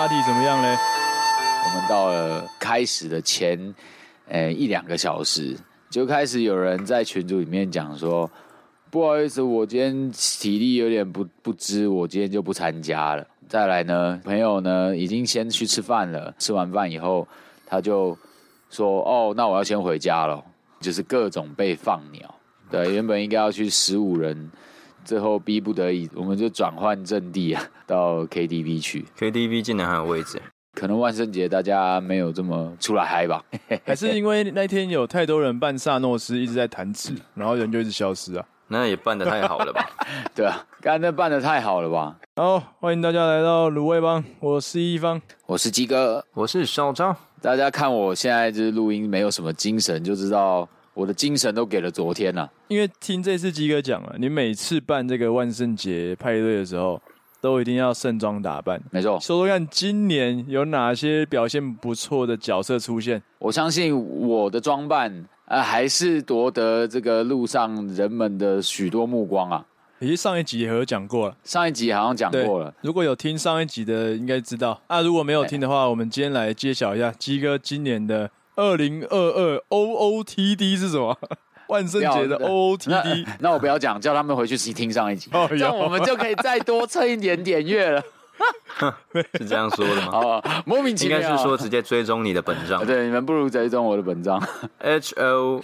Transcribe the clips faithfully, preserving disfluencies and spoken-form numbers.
party 怎么样嘞？ 我们到了开始的前，呃一两个小时，就开始有人在群组里面讲说，不好意思，我今天体力有点不不支，我今天就不参加了。再来呢，朋友呢已经先去吃饭了，吃完饭以后，他就说，哦，那我要先回家了，就是各种被放鸟。对，原本应该要去十五人。最后逼不得已，我们就转换阵地啊，到 K T V 去。 K T V 竟然还有位置， 可能万圣节大家没有这么出来嗨吧？ 还是因为那天有太多人扮萨诺斯一直在弹指，然后人就一直消失啊？ 那也办得太好了吧？ 对啊，刚才那办得太好了吧？ 好，欢迎大家来到卤味帮，我是一方， 我是鸡哥， 我是小张。 大家看我现在就是录音没有什么精神，就知道。我的精神都给了昨天了、啊， 因为听这次鸡哥讲了，你每次办这个万圣节派对的时候，都一定要盛装打扮。 没错， 说说看，今年有哪些表现不错的角色出现？ 我相信我的装扮，呃，还是夺得这个路上人们的许多目光啊。 其实上一集也有讲过了， 上一集好像讲过了。 如果有听上一集的，应该知道啊。如果没有听的话，我们今天来揭晓一下鸡哥今年的。二零二二 O O T D 是什么？万圣节的 O O T D 那, 那我不要讲，叫他们回去听上一集， 哦、 这样我们就可以再多蹭一点点阅了。 是这样说的吗？ 哦，莫名其妙。 应该是说直接追踪你的本账。 对，你们不如追踪我的本账。 H O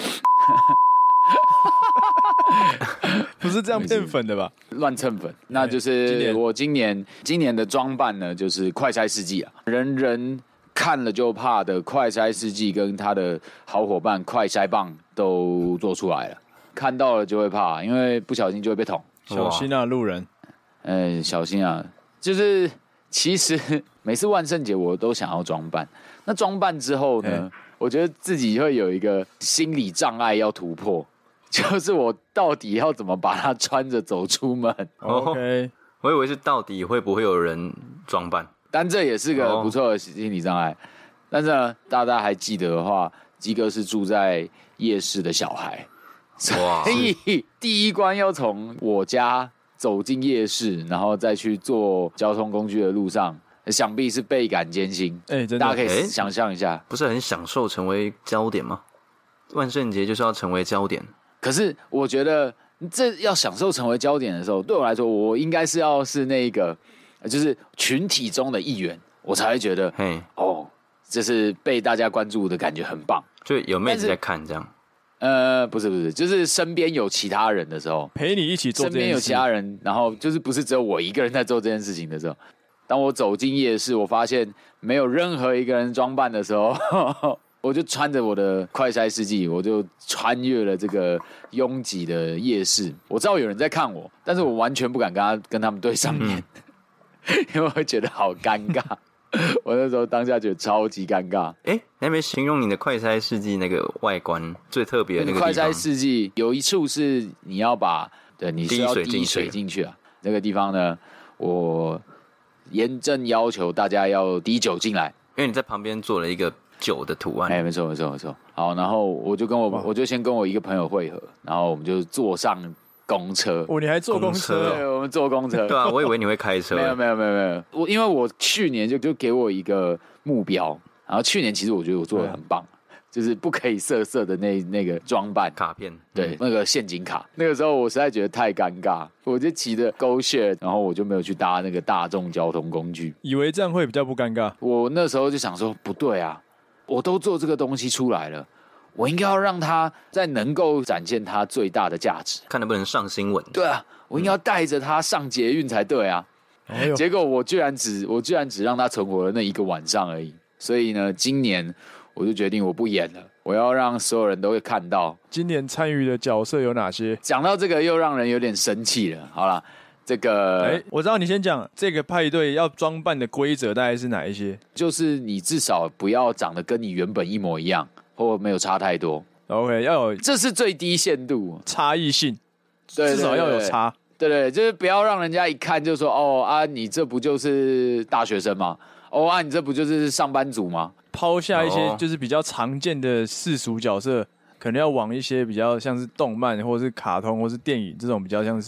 不是这样骗粉的吧？ 乱蹭粉，那就是我今年今年的装扮呢，就是快筛试剂啊，人人。看了就怕的快筛试剂跟他的好伙伴快筛棒都做出来了，看到了就会怕，因为不小心就会被捅。 小心啊，路人！ 呃，小心啊！就是其实每次万圣节我都想要装扮，那装扮之后呢，我觉得自己会有一个心理障碍要突破，就是我到底要怎么把它穿着走出门 ？OK， 我以为是到底会不会有人装扮。 但这也是个不错的心理障碍。Oh. 但是呢，大家还记得的话，鸡哥是住在夜市的小孩， 哇！ 所以第一关要从我家走进夜市，然后再去坐交通工具的路上，想必是倍感艰辛。 哎、欸，真的， 大家可以想象一下、欸， 不是很享受成为焦点吗？万圣节就是要成为焦点。 可是我觉得，这要享受成为焦点的时候，对我来说，我应该是要是那个。就是群体中的一员，我才会觉得，哦，这是被大家关注的感觉很棒， 就有妹子在看这样。 呃，不是不是，就是身边有其他人的时候， 陪你一起做这件事， 身边有其他人，然后就是不是只有我一个人在做这件事情的时候，当我走进夜市，我发现没有任何一个人装扮的时候，我就穿着我的快筛试剂，我就穿越了这个拥挤的夜市。我知道有人在看我，但是我完全不敢跟他跟他们对上面。嗯因为我会觉得好尴尬，我那时候当下觉得超级尴尬。 哎、欸，你还没形容你的快筛试剂那个外观最特别的那个地方。 快筛试剂有一处是你要把，对，你是要滴水进去啊。那个地方呢，我严正要求大家要滴酒进来， 因为你在旁边做了一个酒的图案。 哎、欸，没错没错没错。好，然后我就跟我我就先跟我一个朋友会合，然后我们就坐上。公车哦，你还坐公车？ 对，我们坐公车。 对啊，我以为你会开车。 没有没有没有没有，我因为我去年就就给我一个目标，然后去年其实我觉得我做的很棒，嗯、就是不可以色色的那那个装扮卡片， 对，嗯、那个陷阱卡。那个时候我实在觉得太尴尬，我就骑着 GoShare， 然后我就没有去搭那个大众交通工具， 以为这样会比较不尴尬。 我那时候就想说，不对啊，我都做这个东西出来了。我应该要让他在能够展现他最大的价值， 看能不能上新闻。 对啊，我应该要带着他上捷运才对啊。哎、结果我居然只我居然只让他存活了那一个晚上而已。所以呢，今年我就决定我不演了，我要让所有人都会看到。 今年参与的角色有哪些？ 讲到这个又让人有点生气了。好啦，这个哎，我知道你先讲这个派对要装扮的规则大概是哪一些？ 就是你至少不要长得跟你原本一模一样。或没有差太多 ，OK， 要有， 这是最低限度差异性， 对， 至少要有差， 对对，就是不要让人家一看就说哦啊，你这不就是大学生吗？哦啊，你这不就是上班族吗？ 抛下一些就是比较常见的世俗角色，可能要往一些比较像是动漫或是卡通或是电影这种比较像是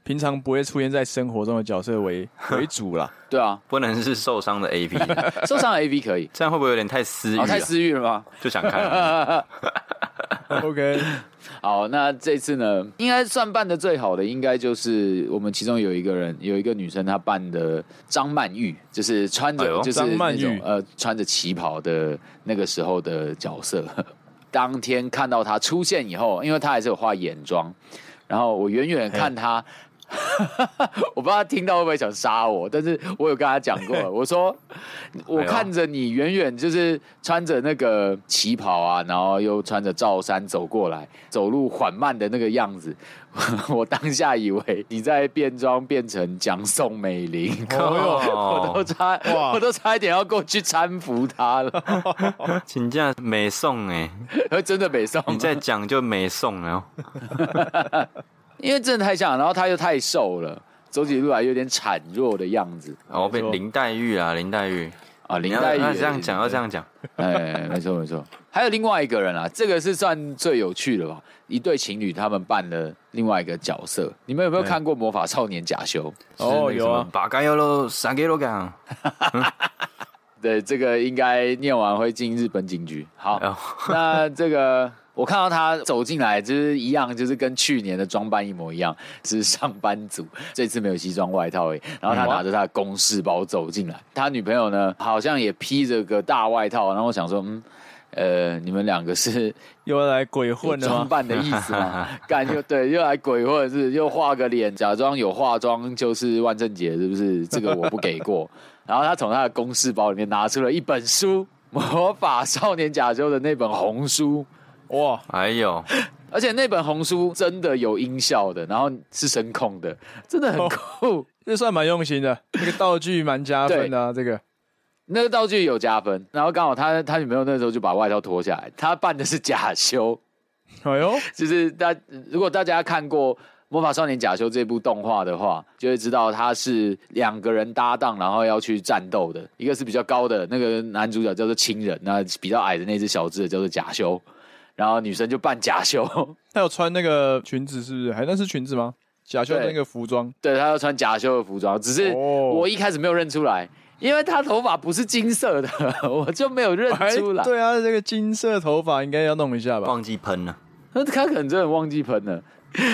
平常不会出现在生活中的角色为为主啦。 对啊， 不能是受伤的 A V， 受伤的 A V 可以， 这样会不会有点太私欲、啊哦？太私欲了吗？ 就想看、啊。 OK， 好，那这次呢，应该算办的最好的，应该就是我们其中有一个人，有一个女生，她扮的张曼玉，就是穿着、哎、就是那种呃穿着旗袍的那个时候的角色。当天看到她出现以后，因为她还是有化眼妆，然后我远远看她。我不知道他听到会不会想杀我，但是我有跟他讲过，我说我看着你远远就是穿着那个旗袍啊，然后又穿着罩衫走过来，走路缓慢的那个样子，我当下以为你在变装变成蒋宋美龄，哦、我都差我都差一点要过去搀扶他了。 请假美宋哎， 真的美宋， 你再讲就美宋了。 因为真的太像，然后他又太瘦了，走起路来有点孱弱的样子。 哦，被林黛玉啊，林黛玉啊，林黛玉要这样讲，要这样讲。 哎，没错没错。还有另外一个人啊，这个是算最有趣的吧？一对情侣他们扮了另外一个角色。你们有没有看过《魔法少年假修》？ 哦，有啊。 八嘎哟喽，三给罗港。 对，这个应该念完会进日本警局。好，哦、那这个。我看到他走进来，就是一样，就是跟去年的装扮一模一样，是上班族。这次没有西装外套而已。然后他拿着他的公事包走进来，他女朋友呢好像也披着个大外套。然后我想说，嗯，呃，你们两个是又来鬼混了吗？ 装扮的意思吗？干又对，又来鬼混是又画个脸，假装有化妆就是万圣节，是不是？这个我不给过。然后他从他的公事包里面拿出了一本书，《魔法少年假修》的那本红书。 哇， 还有， 而且那本红书真的有音效的，然后是声控的，真的很酷，哦、 这算蛮用心的。那个道具蛮加分的啊，这个那个道具有加分。然后刚好他他女朋友那时候就把外套脱下来，他扮的是假修。 哎呦， 就是大如果大家看过《魔法少年假修》这部动画的话，就会知道他是两个人搭档，然后要去战斗的。一个是比较高的那个男主角叫做青人，那比较矮的那只小只的叫做假修。然后女生就扮假修， 她有穿那个裙子，是不是？还那是裙子吗？假修的那个服装， 对，她要穿假修的服装，只是我一开始没有认出来，因为她头发不是金色的，我就没有认出来。 对啊，这个金色头发应该要弄一下吧？ 忘记喷了， 他可能真的忘记喷了。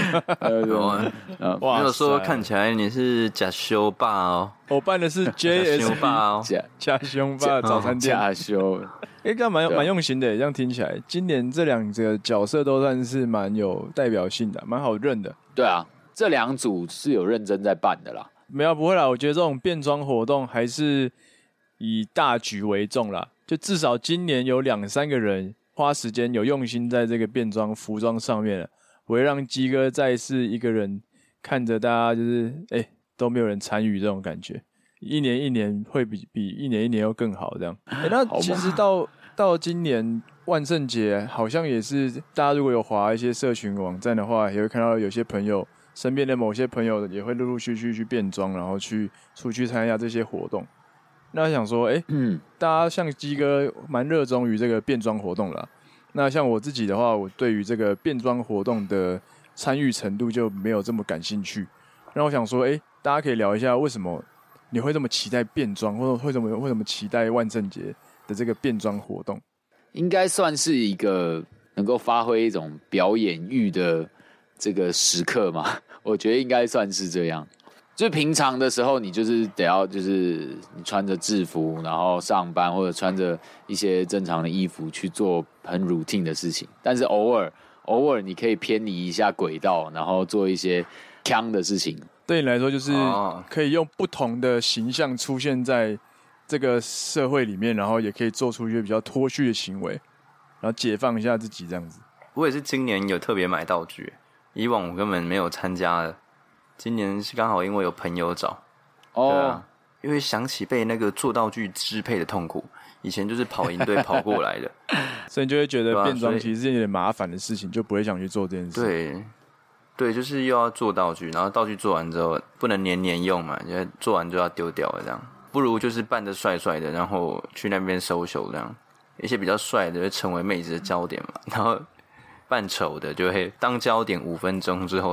没有说看起来你是假修霸哦， 我扮的是 J S 霸哦， 假修霸早餐店假修。 哎，干蛮蛮用心的，这样听起来，今年这两个角色都算是蛮有代表性的，蛮好认的。 对啊，这两组是有认真在办的啦。 没有，不会啦，我觉得这种变装活动还是以大局为重啦。就至少今年有两三个人花时间有用心在这个变装服装上面了，不会让鸡哥再是一个人看着大家就是哎都没有人参与这种感觉。一年一年会比比一年一年又更好这样。欸、那其实到到今年万圣节好像也是大家如果有滑一些社群网站的话，也会看到有些朋友身边的某些朋友也会陆陆续续去变装，然后去出去参加这些活动。那想说，哎、欸，嗯，大家像鸡哥蛮热衷于这个变装活动啦。那像我自己的话，我对于这个变装活动的参与程度就没有这么感兴趣。那我想说，哎、欸，大家可以聊一下为什么你会这么期待变装，或者为什么为什么期待万圣节的这个变装活动？ 应该算是一个能够发挥一种表演欲的这个时刻嘛，我觉得应该算是这样。就平常的时候，你就是得要就是你穿着制服，然后上班，或者穿着一些正常的衣服去做很 routine 的事情。但是偶尔偶尔你可以偏离一下轨道，然后做一些鏘的事情。 对你来说，就是可以用不同的形象出现在这个社会里面，然后也可以做出一些比较脱序的行为，然后解放一下自己这样子。 我也是今年有特别买道具，以往我根本没有参加的。今年是刚好因为有朋友找，哦，对啊，因为想起被那个做道具支配的痛苦，以前就是跑营队跑过来的， 所以你就会觉得变装其实是有点麻烦的事情，就不会想去做这件事。 对，对，就是又要做道具，然后道具做完之后不能年年用嘛，因为做完就要丢掉了，这样不如就是扮得帅帅的，然后去那边收手这样，一些比较帅的会成为妹子的焦点嘛，然后扮丑的就会当焦点五分钟之后。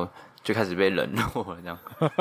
就开始被冷落了这样。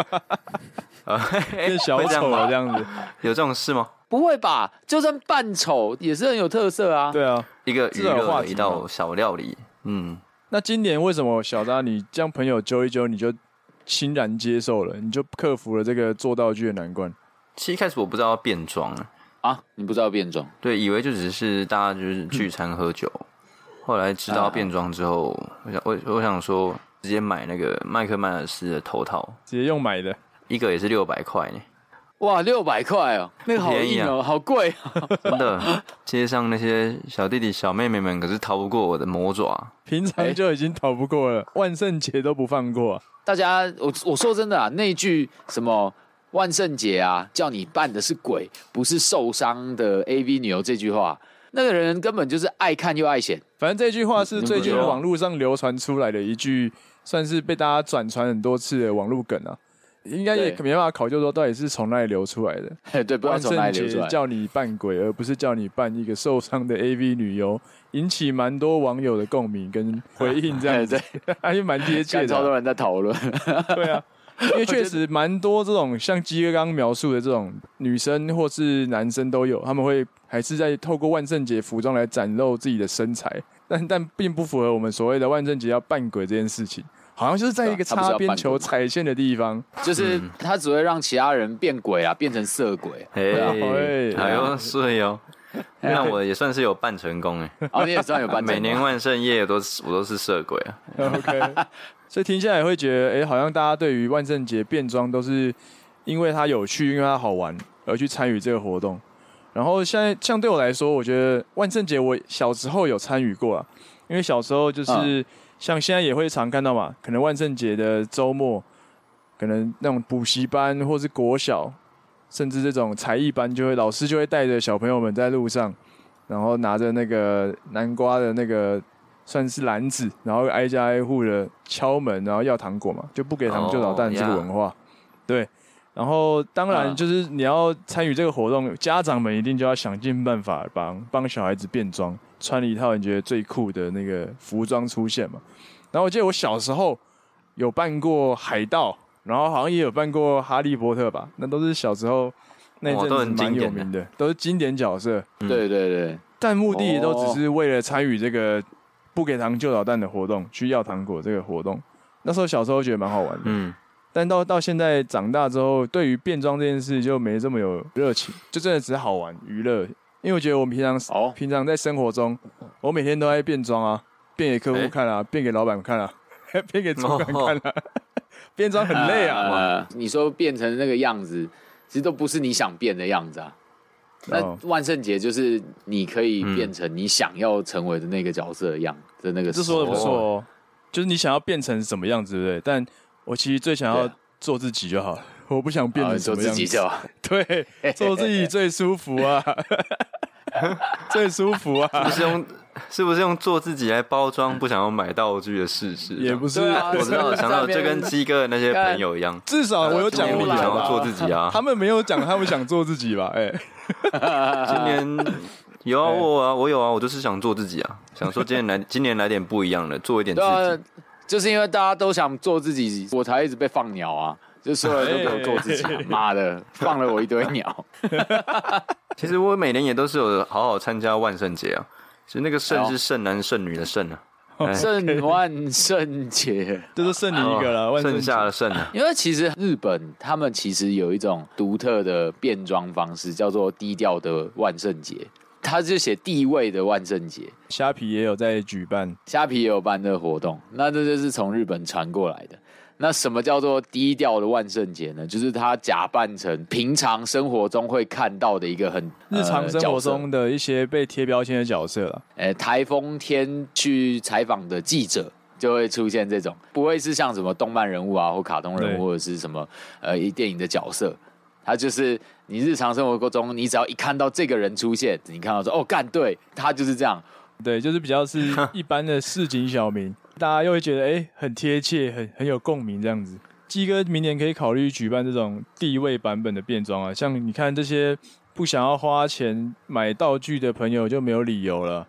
变小丑了这样子， 有这种事吗？ 不会吧？就算扮丑也是很有特色啊。 对啊， 一个娱乐的一道小料理。嗯， 那今年为什么小扎你这样朋友揪一揪，你就欣然接受了，你就克服了这个做道具的难关？ 其实一开始我不知道要变装啊，你不知道变装？ 对，以为就只是大家就是聚餐喝酒。嗯、后来知道变装之后，我想我我想说，直接买那个麦克迈尔斯的头套， 直接用买的， 一个也是六百块呢。 哇，六百块哦，那个好硬哦，啊、好贵、哦， 真的。街上那些小弟弟小妹妹们可是逃不过我的魔爪， 平常就已经逃不过了，万圣节都不放过、啊。 大家，我我说真的啊，那句什么万圣节啊，叫你扮的是鬼，不是受伤的 A V 女优这句话，那个人根本就是爱看又爱显。 反正这句话是最近网络上流传出来的一句，算是被大家转传很多次的网络梗啊。应该也没办法考究说到底是从哪里流出来的。 对，不知道从哪里流出来。 万圣节叫你扮鬼，而不是叫你扮一个受伤的 A V 女优，引起蛮多网友的共鸣跟回应，这样子，还是蛮贴切的、啊。 超多人在讨论。 对啊，因为确实蛮多这种像基哥刚刚描述的这种女生或是男生都有，他们会还是在透过万圣节服装来展露自己的身材，但但并不符合我们所谓的万圣节要扮鬼这件事情。好像就是在一个擦边球踩线的地方， 就是他只会让其他人变鬼啊，变成色鬼。 哎，还有睡哦，那我也算是有扮成功哎。 哦，你也算有扮成功。 每年万圣夜都是我都是色鬼啊。 OK， 所以听下来会觉得，哎、欸，好像大家对于万圣节变装都是因为它有趣，因为它好玩而去参与这个活动。然后现在像对我来说，我觉得万圣节我小时候有参与过啊，因为小时候就是。嗯像现在也会常看到嘛，可能万圣节的周末，可能那种补习班或是国小，甚至这种才艺班，就会老师就会带着小朋友们在路上，然后拿着那个南瓜的那个算是篮子，然后挨家挨户的敲门，然后要糖果嘛，就不给糖就捣蛋这个文化， oh, yeah. 对。然后当然就是你要参与这个活动，家长们一定就要想尽办法帮帮小孩子变装。穿了一套你觉得最酷的那个服装出现嘛？然后我记得我小时候有扮过海盗，然后好像也有扮过哈利波特吧，那都是小时候那阵子蛮有名的，都是经典角色。 嗯、对对对， 但目的也都只是为了参与这个不给糖就捣蛋的活动，去要糖果这个活动。那时候小时候觉得蛮好玩的，嗯。但到到现在长大之后，对于变装这件事就没这么有热情，就真的只是好玩娱乐。因为我觉得我们平常、oh. 平常在生活中，我每天都在变装啊，变给客户看啊，变、欸、给老板看啊，变给主管看啊， oh. 变装很累啊。 呃、你说变成那个样子，其实都不是你想变的样子啊。那万圣节就是你可以变成你想要成为的那个角色的样子的那个时候。 这说的不错哦，就是你想要变成什么样子，对不对？但我其实最想要做自己就好了，我不想变成什么样子。 做自己就好。 对，做自己最舒服啊。最舒服啊！ 是不是用是不是用做自己来包装不想要买道具的事实？ 也不是， 啊、 我知道，想到就跟鸡哥的那些朋友一样， 至少我有奖励想要做自己啊。 他们没有讲他们想做自己吧？哎、 欸，今年有啊，我啊，我有啊，我就是想做自己啊，想说今年来今年来点不一样的，做一点自己。啊、 就是因为大家都想做自己，我才一直被放鸟啊。就所有人都给我做自己，妈的，放了我一堆鸟。 其实我每年也都是有好好参加万圣节啊，其实那个圣是圣男圣女的圣啊， 圣万圣节， 就是剩你一个了，万圣剩下的圣啊。 因为其实日本他们其实有一种独特的变装方式，叫做低调的万圣节。他就写地位的万圣节， 虾皮也有在举办， 虾皮也有办这个活动，那这就是从日本传过来的。那什么叫做低调的万圣节呢？就是他假扮成平常生活中会看到的一个很日常生活中的一些被贴标签的角色了。 呃，台风天去采访的记者就会出现这种，不会是像什么动漫人物啊或卡通人物或者是什么呃电影的角色，他就是你日常生活中，你只要一看到这个人出现，你看到说哦干对，他就是这样， 对，就是比较是一般的市井小民。大家又会觉得哎、欸、很贴切，很很有共鸣这样子。鸡哥明年可以考虑举办这种地位版本的变装啊，像你看这些不想要花钱买道具的朋友就没有理由了。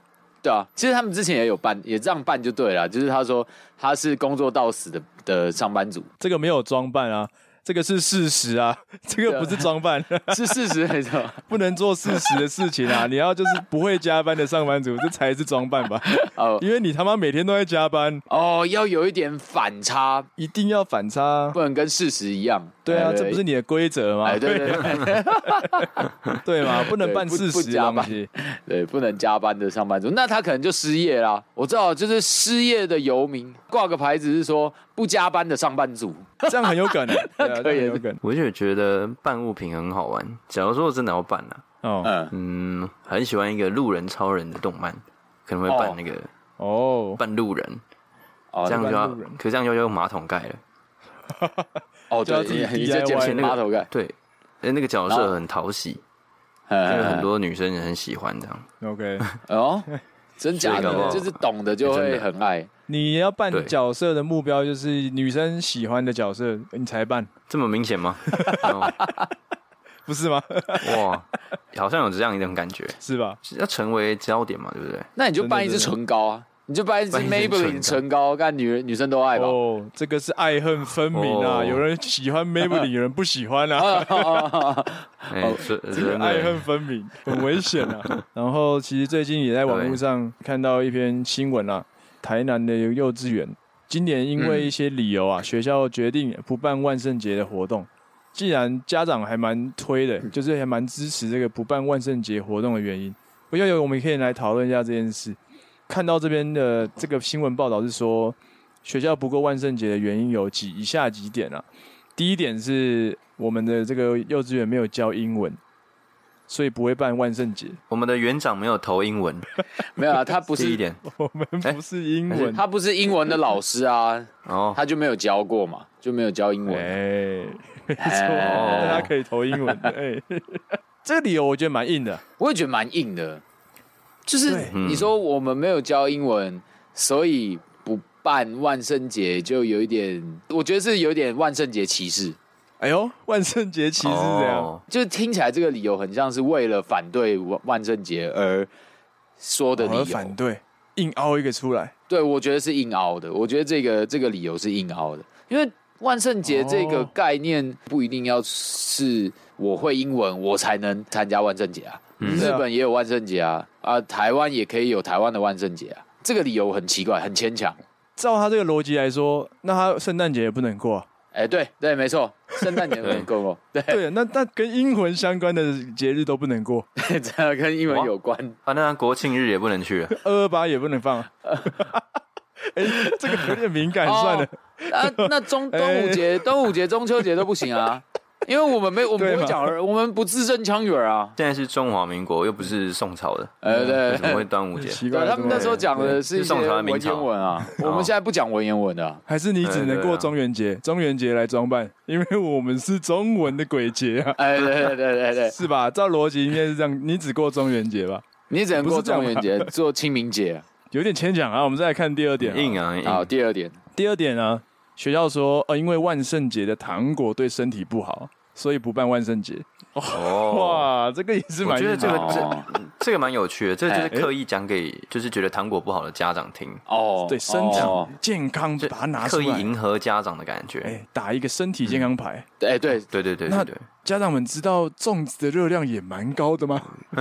对啊，其实他们之前也有办，也这样办就对了，就是他说他是工作到死的的上班族， 这个没有装扮啊。这个是事实啊，这个不是装扮， 是事实没错， 不能做事实的事情啊！你要就是不会加班的上班族，这才是装扮吧？哦，因为你他妈每天都在加班哦，要有一点反差， 一定要反差， 不能跟事实一样。 对啊，这不是你的规则吗？ 哎，对对对， 对嘛，不能办事实的东西， 对，不能加班的上班族，那他可能就失业啦。我知道，就是失业的游民挂个牌子是说不加班的上班族， 这样很有梗的，可以有梗。 我就觉得办物品很好玩。假如说我真的要办啊， 哦， 嗯，很喜欢一个路人超人的动漫，可能会办那个哦， 办路人， 哦， 这样就要，可这样就要用马桶盖了。 哦，对，你你就捡马桶盖， 对，那个角色很讨喜，因为很多女生也很喜欢这样。 OK， 哦，真假的，就是懂的就会很爱。 你要扮角色的目标就是女生喜欢的角色，你才扮， 这么明显吗？ 不是吗？ 哇，好像有这样一种感觉， 是吧？ 要成为焦点嘛，对不对？ 那你就扮一支唇膏啊。你就扮一支 Maybelline 唇膏，看女人女生都爱吧。 哦，这个是爱恨分明啊！有人喜欢 Maybelline， 有人不喜欢啊。 哦， 这个爱恨分明，很危险啊。然后其实最近也在网络上看到一篇新闻啊，台南的幼稚园今年因为一些理由啊，学校决定不办万圣节的活动。既然家长还蛮推的，就是还蛮支持这个不办万圣节活动的原因，我觉得我们可以来讨论一下这件事。看到这边的这个新闻报道是说，学校不过万圣节的原因有几以下几点啊。第一点是我们的这个幼稚园没有教英文，所以不会办万圣节。 我们的园长没有投英文， 没有啊，他不是第一点， 我们不是英文， 他不是英文的老师啊，哦，他就没有教过嘛，就没有教英文。 哎，没错，大家可以投英文。哎，这个理由我觉得蛮硬的， 我也觉得蛮硬的。就是你说我们没有教英文，所以不办万圣节，就有一点，我觉得是有点万圣节歧视。 哎呦，万圣节歧视这样， 哦、就是听起来这个理由很像是为了反对万圣节而说的理由， 而反对硬凹一个出来。 对，我觉得是硬凹的，我觉得这个这个理由是硬凹的，因为万圣节这个概念不一定要是我会英文我才能参加万圣节啊。嗯、日本也有万圣节啊，啊，台湾也可以有台湾的万圣节啊，这个理由很奇怪，很牵强。 照他这个逻辑来说，那他圣诞节也不能过、啊。 哎、欸，对对，没错，圣诞节不能过过。对对，那那跟英文相关的节日都不能过， 对，这样跟英文有关。 啊，那国庆日也不能去了， 二二八也不能放。哎、欸，这个有点敏感，哦、算了。 啊，那中端午节、端午节、中秋节都不行啊。因为我们没，我们不会讲，我们不字正腔圆啊。 现在是中华民国，又不是宋朝的， 呃，对， 怎么会端午节？ 对，他们那时候讲的是一些文言文啊，我们现在不讲文言文的、啊。 还是你只能过中元节，中元节来装扮，因为我们是中文的鬼节啊。 哎，对对对对对， 是吧？照逻辑应该是这样，你只过中元节吧？ 你只能过中元节，做清明节， 有点牵强啊。我们再来看第二点， 硬啊， 好，第二点， 第二点呢，学校说，呃，因为万圣节的糖果对身体不好。所以不办万圣节哦，哇，这个也是蛮， 我觉得这个这这个蛮有趣的，这就是刻意讲给就是觉得糖果不好的家长听哦， 对身体健康把它拿出来， 刻意迎合家长的感觉， 哎，打一个身体健康牌， 哎，对对对对， 那家长们知道粽子的热量也蛮高的吗？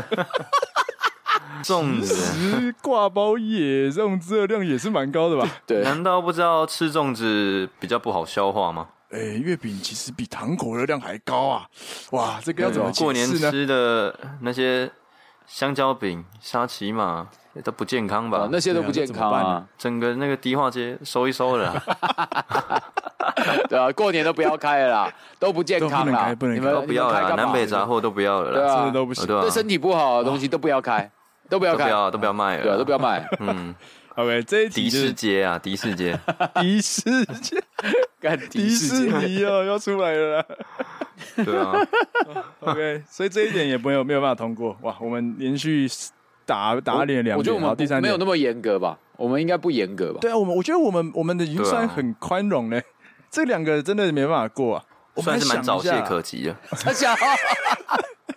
粽子挂包野粽子热量也是蛮高的吧？ 对， 难道不知道吃粽子比较不好消化吗？ 哎、欸，月饼其实比糖果热量还高啊！哇，这个要怎么解释呢？ 过年吃的那些香蕉饼、沙琪玛都不健康吧？ 哦、那些都不健康啊！ 整个那个迪化街收一收了、啊， 对啊，过年都不要开了啦，都不健康啦， 不能开， 你们都不要了，南北杂货都不要了啦， 对啊， 真的都不行， 对身体不好的东西都不要开，都不要开， 都不要，都不要卖了， 对、啊，都不要卖。 嗯。 OK， 这一题、就是、 迪士街啊，迪士街， 迪士街， 干迪士尼哦，要出来了啦。 对啊 ，OK， 所以这一点也没有没有办法通过。哇，我们连续打打脸两点， 我觉得我们第三没有那么严格吧，我们应该不严格吧？ 对啊，我们我觉得我们我们的已经算很宽容嘞，啊、这两个真的没办法过啊。 算是蛮早泄可及的。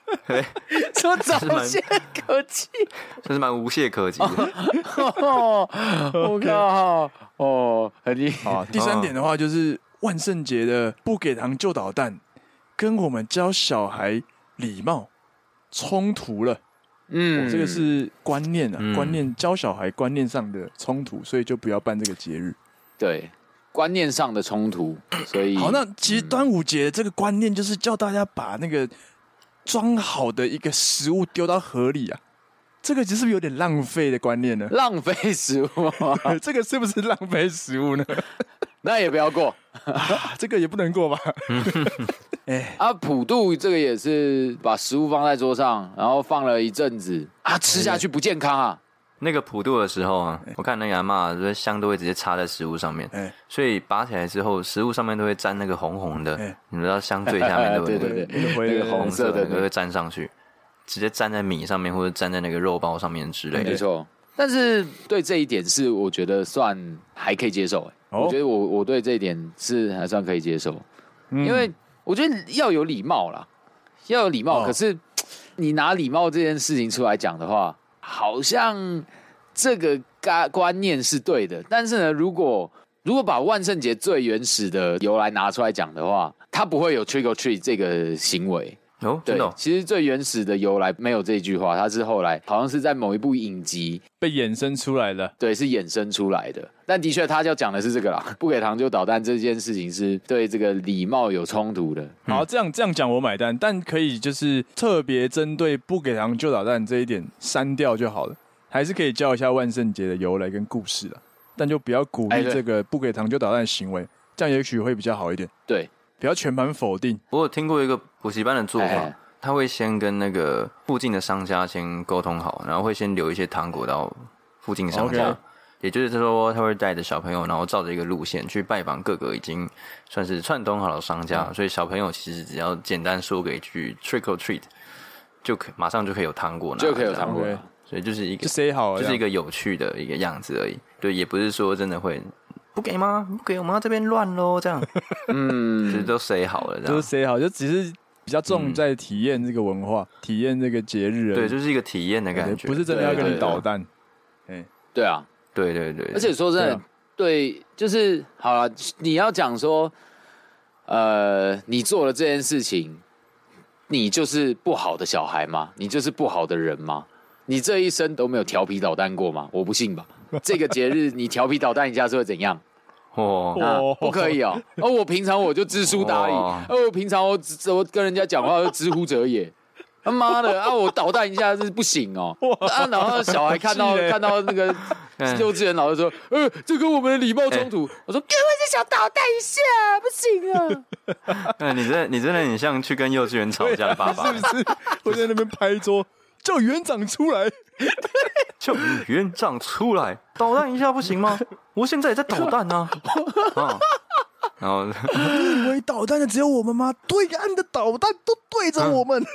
对， 说早泄可及， 这是蛮无懈可击的。 哦，我靠，哦，很厉害。 好，第三点的话就是万圣节的不给糖就捣蛋，跟我们教小孩礼貌冲突了。嗯、哦，这个是观念啊，嗯、观念教小孩观念上的冲突，所以就不要办这个节日。 对。观念上的冲突，所以好，那其实端午节这个观念就是叫大家把那个装好的一个食物丢到河里啊，这个是不是有点浪费的观念呢？ 浪费食物、啊， 这个是不是浪费食物呢？ 那也不要过， 啊、这个也不能过吧？ 哎，啊，普渡这个也是把食物放在桌上，然后放了一阵子啊，吃下去不健康啊。 那个普渡的时候啊，我看那个阿嬷香都会直接插在食物上面，欸、所以拔起来之后，食物上面都会沾那个红红的，欸、你知道香最下面都会对对对， 那个红色的都会沾上去，直接沾在米上面或者沾在那个肉包上面之类的。 没错，但是对这一点是我觉得算还可以接受、欸哦、我觉得我我对这一点是还算可以接受，嗯、因为我觉得要有礼貌啦，要有礼貌。哦、可是你拿礼貌这件事情出来讲的话。好像这个观念是对的，但是呢，如果如果把万圣节最原始的由来拿出来讲的话，它不会有 trick or treat 这个行为。 哦， 对，其实最原始的由来没有这句话，它是后来好像是在某一部影集被衍生出来的， 对，是衍生出来的。但的确，他要讲的是这个啦，不给糖就捣蛋这件事情是对这个礼貌有冲突的。 嗯、好，这样这样讲我买单，但可以就是特别针对不给糖就捣蛋这一点删掉就好了，还是可以教一下万圣节的由来跟故事啦，但就不要鼓励这个不给糖就捣蛋的行为，这样也许会比较好一点。 对， 不要全盘否定。 我有听过一个补习班的做法。哎他会先跟那个附近的商家先沟通好，然后会先留一些糖果到附近商家， okay. 也就是说他会带着小朋友，然后照着一个路线去拜访各个已经算是串通好的商家，嗯、所以小朋友其实只要简单说个一句 trick or treat， 就可马上就可以有糖果拿， 就可以有糖果， 所以就是一个就 say 好了， 就是一个有趣的一个样子而已。对，也不是说真的会不给吗？不给，我们要这边乱咯，这样，嗯，就是都 say 好了，这样就是 say 好，就只是。比较重在体验这个文化，嗯、体验这个节日， 对，就是一个体验的感觉， 不是真的要跟你捣蛋。 对，对啊， 对对对。 而且说真的，对, 对，就是好了，你要讲说，呃，你做了这件事情，你就是不好的小孩吗？你就是不好的人吗？你这一生都没有调皮捣蛋过吗？我不信吧。这个节日你调皮捣蛋一下是会怎样？哦、啊，不可以哦！哦，我平常我就知书达理，哦，我平常我我跟人家讲话就知乎者也。他妈的啊！我捣蛋一下是不行哦。啊，然后小孩看到看到那个幼稚园老师说，呃，这跟我们的礼貌冲突。我说，哥，我就想捣蛋一下，不行啊。哎，你真的你真的很像去跟幼稚园吵架的爸爸， 是不是？我在那边拍桌，叫园长出来。 叫园长出来，捣蛋一下不行吗？我现在也在捣蛋啊！啊，然后你以为捣蛋的只有我们吗？对岸的导弹都对着我们。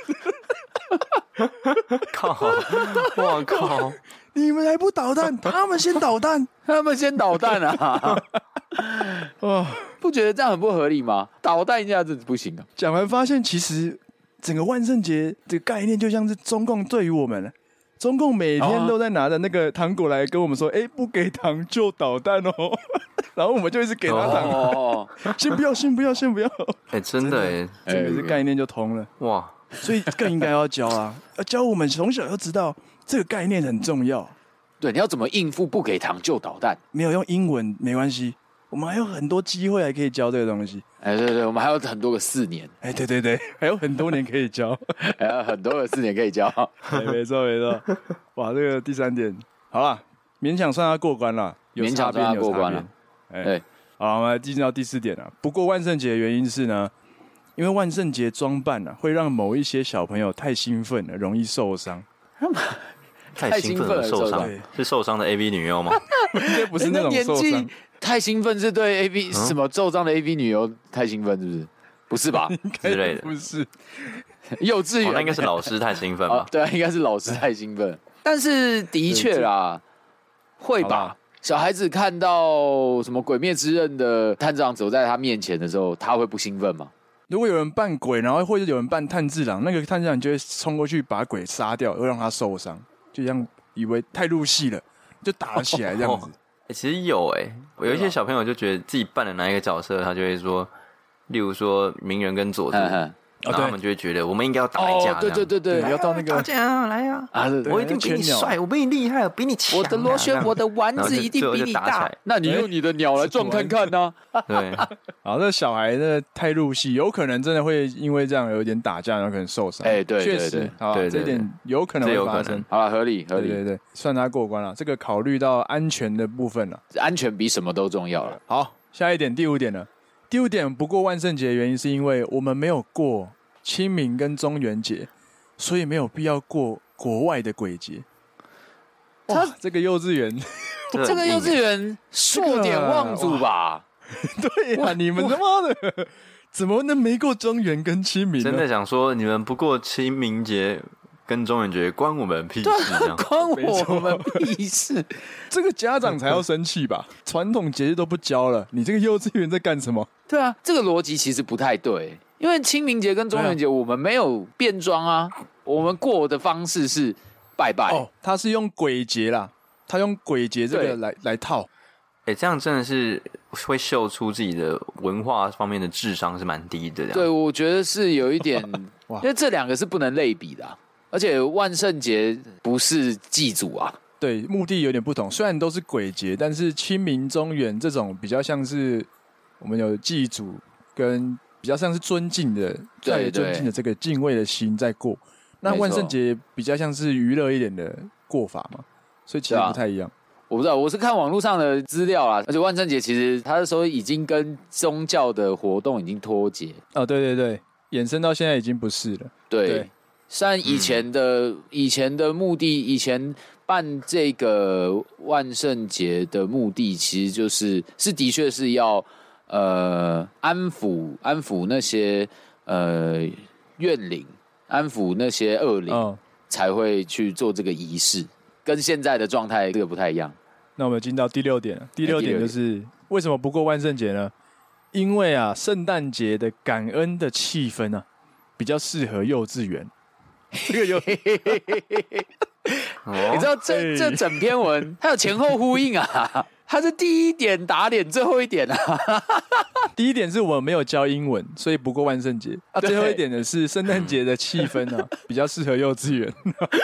靠！我靠！ 你们还不捣蛋？他们先捣蛋， 他们先捣蛋啊！哦，不觉得这样很不合理吗？捣蛋一下子不行啊！ 讲完发现，其实整个万圣节这个概念就像是中共对于我们。中共每天都在拿着那个糖果来跟我们说：“哎、欸，不给糖就捣蛋哦。”然后我们就一直给他糖，哦、先不要，先不要，先不要。 哎、欸，真的哎， 这个是概念就通了哇！所以更应该要教啊，要教我们从小要知道这个概念很重要。 对，你要怎么应付不给糖就捣蛋？ 没有用英文没关系，我们还有很多机会还可以教这个东西。 哎、欸，对对，我们还有很多个四年。 哎、欸，对对对，还有很多年可以教， 还有很多个四年可以教。 哎、欸，没错没错。哇，这个第三点，好啦，勉强算他过关了， 勉强算他过关了。哎、欸， 好，我们来进到第四点了。不过万圣节的原因是呢，因为万圣节装扮啊，会让某一些小朋友太兴奋了，容易受伤。 太兴奋了受伤，是受伤的 A V 女优吗？ 应该不是那种受伤。 太兴奋是对 A V、嗯、什么受伤的 A V 女优太兴奋是不是？不是吧？ 之类的不是。 幼稚园、 哦、那应该是老师太兴奋吧、 哦？对啊，应该是老师太兴奋。但是的确啦，会吧？小孩子看到什么《鬼灭之刃》的探长走在他面前的时候，他会不兴奋吗？ 如果有人扮鬼，然后或者有人扮炭治郎，那个炭治郎就会冲过去把鬼杀掉，会让他受伤，就像以为太入戏了，就打了起来这样子。 欸、其实有哎、欸，有一些小朋友就觉得自己扮了哪一个角色，他就会说，例如说鸣人跟佐助。然后他们就会觉得我们应该要打一架， 哦，对对对对， 要到那个打架来呀！啊，我一定比你帅，我比你厉害，我比你强。 我的螺旋，我的丸子一定比你大。那你用你的鸟来撞看看呢？ 对， 好，这小孩真的太入戏，有可能真的会因为这样有一点打架，然后可能受伤。 哎，对， 确实，好，这点有可能会发生。 好了，合理合理， 对对对，算他过关了。这个考虑到安全的部分了， 安全比什么都重要了。 好，下一点，第五点了。第五点不过万圣节的原因是因为我们没有过清明跟中元节，所以没有必要过国外的鬼节。哇，这个幼稚园， 这个幼稚园数典忘祖吧？ 对呀、啊，你们他妈的怎么能没过中元跟清明呢？ 真的想说，你们不过清明节跟中元节关我们屁事，这样关我们屁事。 这个家长才要生气吧？传统节日都不教了，你这个幼稚园在干什么？ 对啊，这个逻辑其实不太对。因为清明节跟中元节我们没有变装啊，我们过的方式是拜拜。 哦，他是用鬼节啦，他用鬼节这个来来套。 哎、欸，这样真的是会秀出自己的文化方面的智商是蛮低的。 对，我觉得是有一点，因为这两个是不能类比的、啊，而且万圣节不是祭祖啊。 对，目的有点不同。虽然都是鬼节，但是清明、中元这种比较像是我们有祭祖跟。比较像是尊敬的，在尊敬的这个敬畏的心在过。那万圣节比较像是娱乐一点的过法嘛，所以其实不太一样。 啊、我不知道，我是看网络上的资料啦，而且万圣节其实他那时候已经跟宗教的活动已经脱节。 哦，对对对，衍生到现在已经不是了。 对，对虽然以前的、嗯、以前的目的，以前办这个万圣节的目的，其实就是是的确是要。呃，安抚安抚那些呃怨灵，安抚那些恶灵、哦，才会去做这个仪式，跟现在的状态这个不太一样。 那我们进到第六点了，第六点就是为什么不过万圣节呢？因为啊，圣诞节的感恩的气氛啊，比较适合幼稚园。这个有， 你知道这这整篇文它有前后呼应啊。他是第一点打脸，最后一点啊。 第一点是我们没有教英文，所以不过万圣节啊。最后一点的是圣诞节的气氛啊，比较适合幼稚园。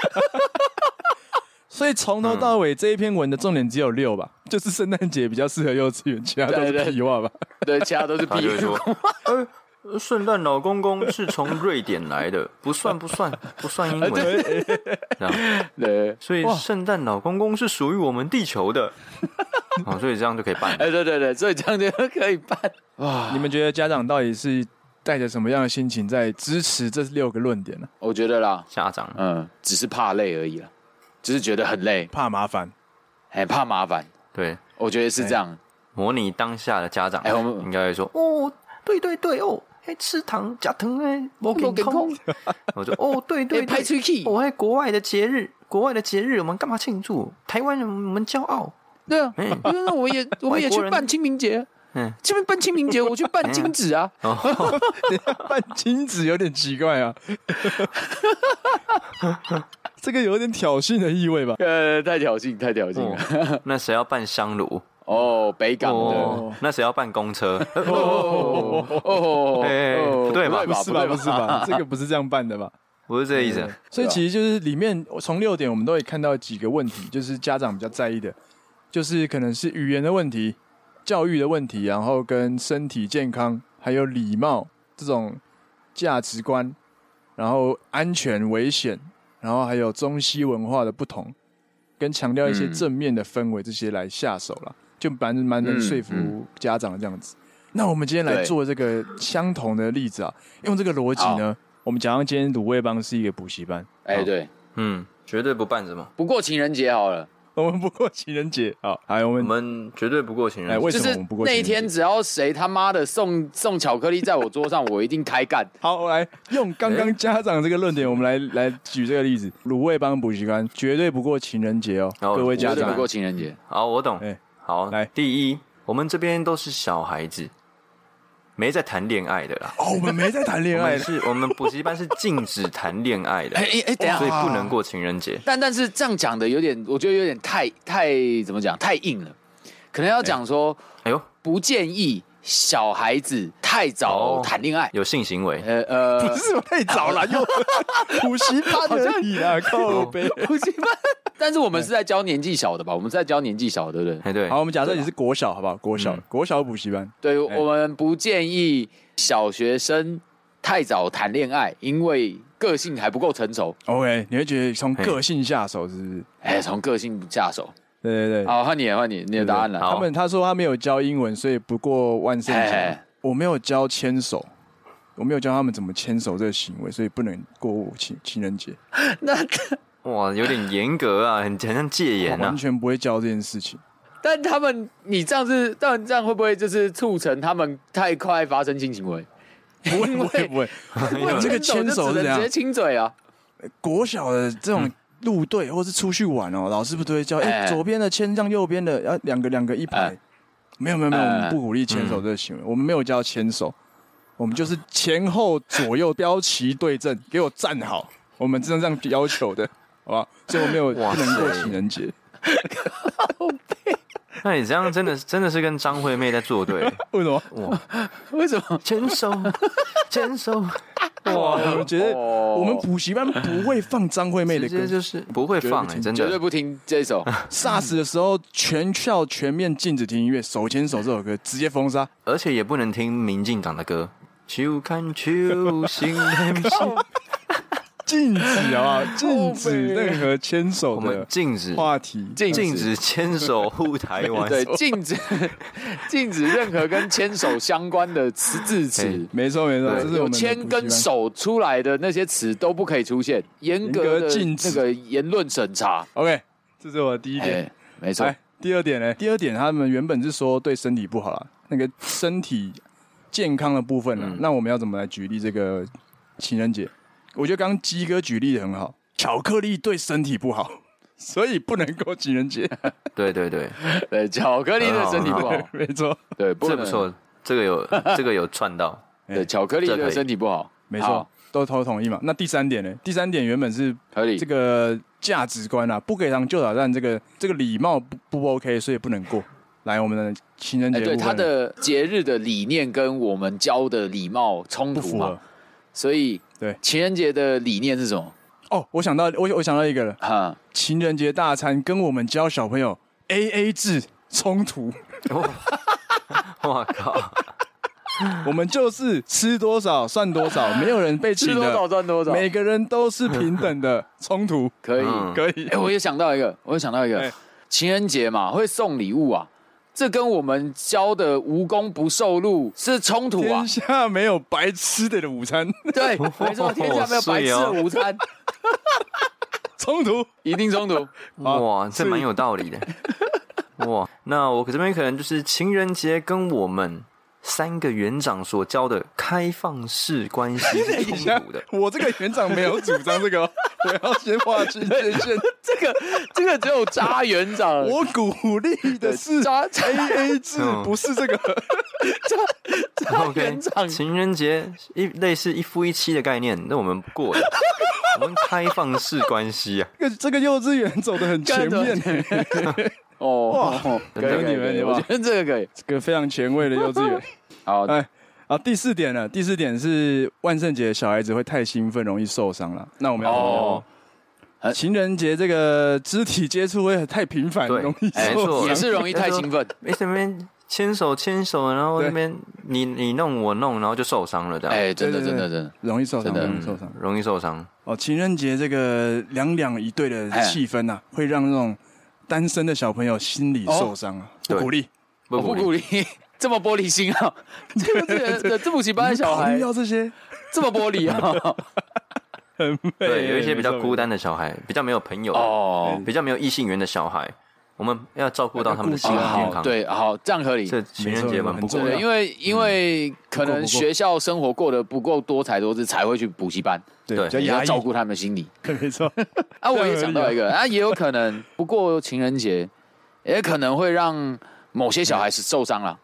所以从头到尾、嗯、这一篇文的重点只有六吧，就是圣诞节比较适合幼稚园，其他都是屁话吧？ 对，其他都是屁话。 圣诞老公公是从瑞典来的，不算不算不算英文。对，所以圣诞老公公是属于我们地球的。哦，所以这样就可以办。 哎，对对对，所以这样就可以办。 哇，你们觉得家长到底是带着什么样的心情在支持这六个论点呢？ 我觉得啦， 家长嗯，只是怕累而已啦，只是觉得很累， 怕麻烦， 哎，怕麻烦。 对， 我觉得是这样。 模拟当下的家长， 哎，我们应该会说，哦，对对对，哦。哎，吃糖加糖哎，没健康。我说哦，对对对，我还国外的节日，国外的节日我们干嘛庆祝？台湾人我们骄傲。 对啊，那我也我们也去办清明节。嗯，这边办清明节，我去办金纸啊。 哦，办金纸有点奇怪啊。这个有点挑衅的意味吧？ 呃，太挑衅，太挑衅了。 哦、那谁要办香炉？ 哦，北港的， 哦、那谁要办公车？ 哦哦， 哎，不对吧？ 不是吧？不是吧？这个不是这样办的吧？ 不是这个意思。 所以其实就是里面从六点我们都会看到几个问题，就是家长比较在意的，就是可能是语言的问题、教育的问题，然后跟身体健康还有礼貌这种价值观，然后安全危险，然后还有中西文化的不同，跟强调一些正面的氛围这些来下手啦。就蛮蛮能说服家长的这样子、嗯嗯。那我们今天来做这个相同的例子啊，用这个逻辑呢，我们假如今天卤味帮是一个补习班， 哎、欸，对， 嗯，绝对不办什么， 不过情人节好了， 我们不过情人节，好，还有我们我们绝对不过情人节。 哎，为什么我们不过情人节？ 就是那一天只要谁他妈的送送巧克力在我桌上，我一定开干。 好，我来用刚刚家长这个论点，我们来来举这个例子，卤味帮补习班绝对不过情人节哦，各位家长， 绝对不过情人节。 好，我懂。 哎。 好，来，第一，我们这边都是小孩子， 没在谈恋爱的啦。 哦，我们没在谈恋爱， 是我们补习班是禁止谈恋爱的。 哎哎哎，等一下， 所以不能过情人节。 但但是这样讲的有点，我觉得有点太太怎么讲，太硬了。可能要讲说， 哎呦， 不建议小孩子太早谈恋爱， 有性行为。 呃呃， 不是太早了，又补习班而已啦，靠北补习班。但是我们是在教年纪小的吧？我们是在教年纪小的，对不对？ 哎对。 好，我们假设你是国小，好不好？国小，国小补习班。 对，我们不建议小学生太早谈恋爱，因为个性还不够成熟。 OK， 你会觉得从个性下手，是不是？ 哎，从个性下手。 对对对， 好，换你，换你，你的答案了。 他们他说他没有教英文，所以不过万圣节。我没有教牵手，我没有教他们怎么牵手这个行为，所以不能过情情人节。 那哇，有点严格啊，很很像戒严啊， 完全不会教这件事情。 但他们，你这样子，但这样会不会就是促成他们太快发生性行为？ 不会不会不会，这个牵手是怎样？ 直接亲嘴啊！ 国小的这种。路队或是出去玩哦，老师不都会教？哎、欸，左边的牵上右边的，要两个两个一排。没有没有没有，我们不鼓励牵手这个行为，我们没有教牵手，我们就是前后左右标旗对正，给我站好，我们真的这样要求的，好不好？所以我没有不能过情人节。 那你这样真的真的是跟张惠妹在作对？ 为什么？ 哇，为什么？ 牵手，牵手。 哇！我觉得我们补习班不会放张惠妹的歌， 就是不会放、欸，真的绝对不听这首。 SARS 的时候，全校全面禁止听音乐，手牵手这首歌直接封杀， 而且也不能听民进党的歌。秋看秋心连心。 禁止啊！禁止任何牵手的禁止话题， 禁止牵手护台湾。 对，禁止禁止任何跟牵手相关的词字词。 没错没错， 有牵跟手出来的那些词都不可以出现，严格的禁止那个言论审查。 OK， 这是我的第一点， 没错。 第二点呢？第二点他们原本是说对身体不好啦，那个身体健康的部分啦、嗯、那我们要怎么来举例这个情人节？我觉得刚刚鸡哥举例的很好，巧克力对身体不好，所以不能过情人节。 对对对对，巧克力对身体不好， 没错， 对， 这不错，这个有这个有串到， 对，巧克力对身体不好， 没错，都都同意嘛。那第三点呢？第三点原本是这个价值观啊，不给糖就打蛋，这个这个礼貌不不 OK， 所以不能过。来，我们的情人节、欸， 对他的节日的理念跟我们教的礼貌冲突嘛，所以。对，情人节的理念是什么？ 哦，我想到，我我想到一个了。哈，情人节大餐跟我们教小朋友 A A 制冲突。 我靠！ 我们就是吃多少算多少，没有人被请的， 吃多少算多少， 每个人都是平等的冲突。 可以， 嗯、可以。 哎、欸，我也想到一个，我也想到一个，欸、情人节嘛，会送礼物啊。这跟我们教的无功不受禄是冲突啊！ 天下没有白吃的午餐， 对，没错，天下没有白吃的午餐， 冲突一定冲突。 哇，这蛮有道理的。哇，那我这边可能就是情人节跟我们三个园长所教的开放式关系是冲突的。 我这个园长没有主张这个，我要先划清界限。 这个这个只有渣园长， 我鼓励的是 A A 制，不是这个。 渣园长， 情人节一类似一夫一妻的概念，那我们不过的。我们开放式关系啊， 这个这个幼稚园走得很前面。 哦，可以你们，我觉得这个可以， 这个非常前卫的幼稚园。 好， 哎，好，第四点呢？第四点是万圣节小孩子会太兴奋，容易受伤了。那我们要哦，情人节这个肢体接触会太频繁，容易受伤， 也是容易太兴奋。 没什么牵手牵手，然后那边你你弄我弄，然后就受伤了，这样。 哎，真的真的真的容易受伤，容易受伤， 容易受伤。 哦，情人节这个两两一对的气氛啊，会让那种单身的小朋友心理受伤啊，不鼓励， 不鼓励，这么玻璃心啊！这个这这补习班的小孩要这些， 这么玻璃啊！ 很对，有一些比较孤单的小孩，比较没有朋友哦，比较没有异性缘的小孩。我们要照顾到他们的心理健康， 对，好，这样合理。 这情人节蛮不够的， 因为因为可能学校生活过得不够多彩多姿，才会去补习班， 对， 也要照顾他们的心理。 没错。 啊，我也想到一个，啊，也有可能不过情人节，也可能会让某些小孩是受伤了。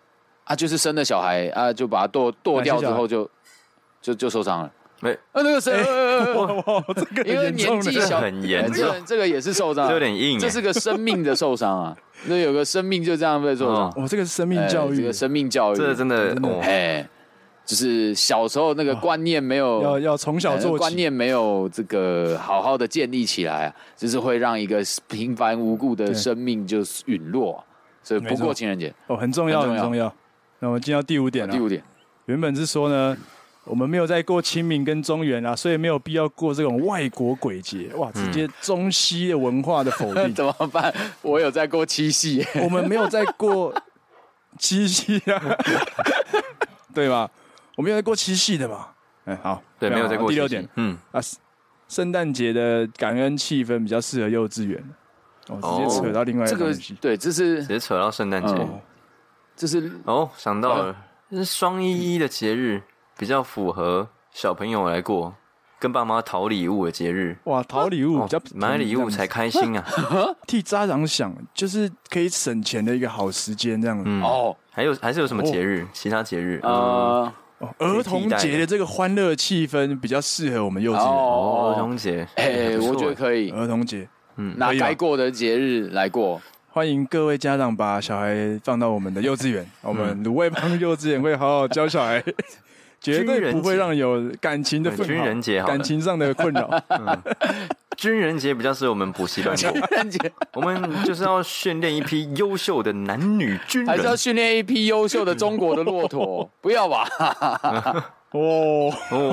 啊，就是生了小孩啊，就把它剁剁掉之后就就就受伤了。 没， 啊，那个是， 哇哇，这个因为年纪小， 很严重， 这个这个也是受伤， 有点硬， 这是个生命的受伤啊。那有个生命就这样被受伤， 哇，这个是生命教育， 这个生命教育， 这真的， 哎，就是小时候那个观念没有， 要要从小做起， 观念没有这个好好的建立起来，就是会让一个平凡无故的生命就陨落。所以不过情人节哦，很重要，很重要。那我们进到第五点了。 第五点， 原本是说呢，我们没有在过清明跟中元啊，所以没有必要过这种外国鬼节。哇，直接中西的文化的否定， 怎么办？我有在过七夕， 我们没有在过七夕啊，对吧？我们有在过七夕的嘛？哎，好， 对，没有在过七夕。 第六点，嗯啊，圣诞节的感恩气氛比较适合幼稚园。哦，直接扯到另外一个东西， 这个对，这是直接扯到圣诞节， 嗯、这是哦，想到了，这是双一一的节日，比较符合小朋友来过，跟爸妈讨礼物的节日。 哇，讨礼物比较、哦、 买礼物才开心啊！ 替家长想，就是可以省钱的一个好时间，这样子。 嗯、哦，还有还是有什么节日？哦、其他节日啊？ 呃哦、儿童节的这个欢乐气氛比较适合我们幼稚园。 哦，儿童节， 哎、欸，我觉得可以。 儿童节。 嗯，拿该过的节日来过。 欢迎各位家长把小孩放到我们的幼稚园，我们卤味帮幼稚园会好好教小孩，绝对不会让有感情的纷扰， 军人节感情上的困扰。 嗯、军人节比较适合我们补习班过。 军人节， 我们就是要训练一批优秀的男女军人， 还是要训练一批优秀的中国的骆驼？不要吧？ 哦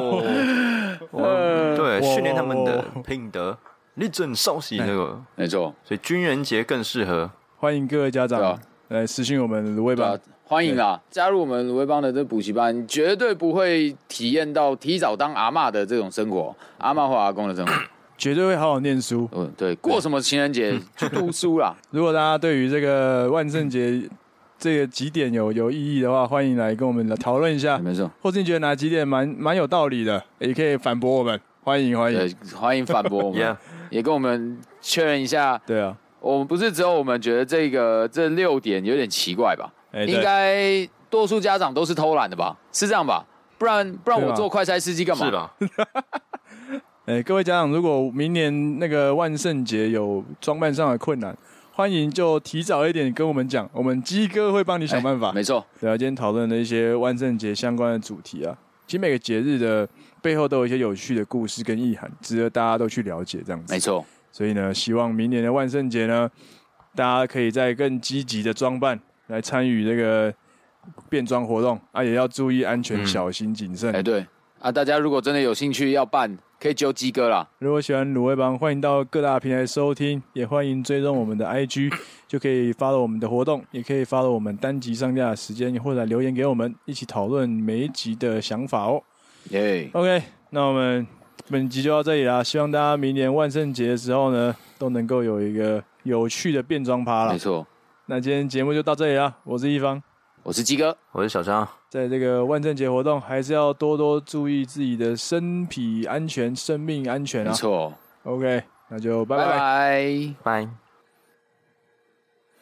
哦， 对，训练他们的品德。立正稍息那个没错， 所以军人节更适合。 欢迎各位家长来私讯我们卤味帮， 欢迎啦！加入我们卤味帮的这补习班，绝对不会体验到提早当阿嬷的这种生活，阿嬷或阿公的生活， 绝对会好好念书。 嗯，对，过什么情人节去读书啦。 如果大家对于这个万圣节这个几点有有意义的话，欢迎来跟我们来讨论一下。 没错， 或者你觉得哪几点蛮蛮有道理的，也可以反驳我们。欢迎欢迎， 欢迎反驳我们。yeah. 也跟我们确认一下， 对啊， 我们不是只有我们觉得这个这六点有点奇怪吧？ 欸、 应该多数家长都是偷懒的吧？是这样吧？不然不然我做快筛司机干嘛？ 是吧？ 哎、欸，各位家长，如果明年那个万圣节有装扮上的困难，欢迎就提早一点跟我们讲，我们鸡哥会帮你想办法。 欸、没错， 对啊，今天讨论的一些万圣节相关的主题啊，其实每个节日的背后都有一些有趣的故事跟意涵，值得大家都去了解这样子。 没错， 所以呢，希望明年的万圣节呢，大家可以再更积极的装扮来参与这个变装活动啊，也要注意安全，嗯、小心谨慎。 哎、欸，对啊，大家如果真的有兴趣要办，可以揪鸡哥啦。 如果喜欢卤味帮，欢迎到各大平台收听，也欢迎追踪我们的 I G， 就可以 follow 我们的活动，也可以 follow 我们单集上架的时间，或者留言给我们，一起讨论每一集的想法哦。 耶、yeah. ，OK， 那我们本集就到这里啦。希望大家明年万圣节的时候呢，都能够有一个有趣的变装趴啦。 没错， 那今天节目就到这里啦。我是一方， 我是鸡哥， 我是小张。 在这个万圣节活动，还是要多多注意自己的身体安全、生命安全啊。 没错 ，OK， 那就拜拜拜拜。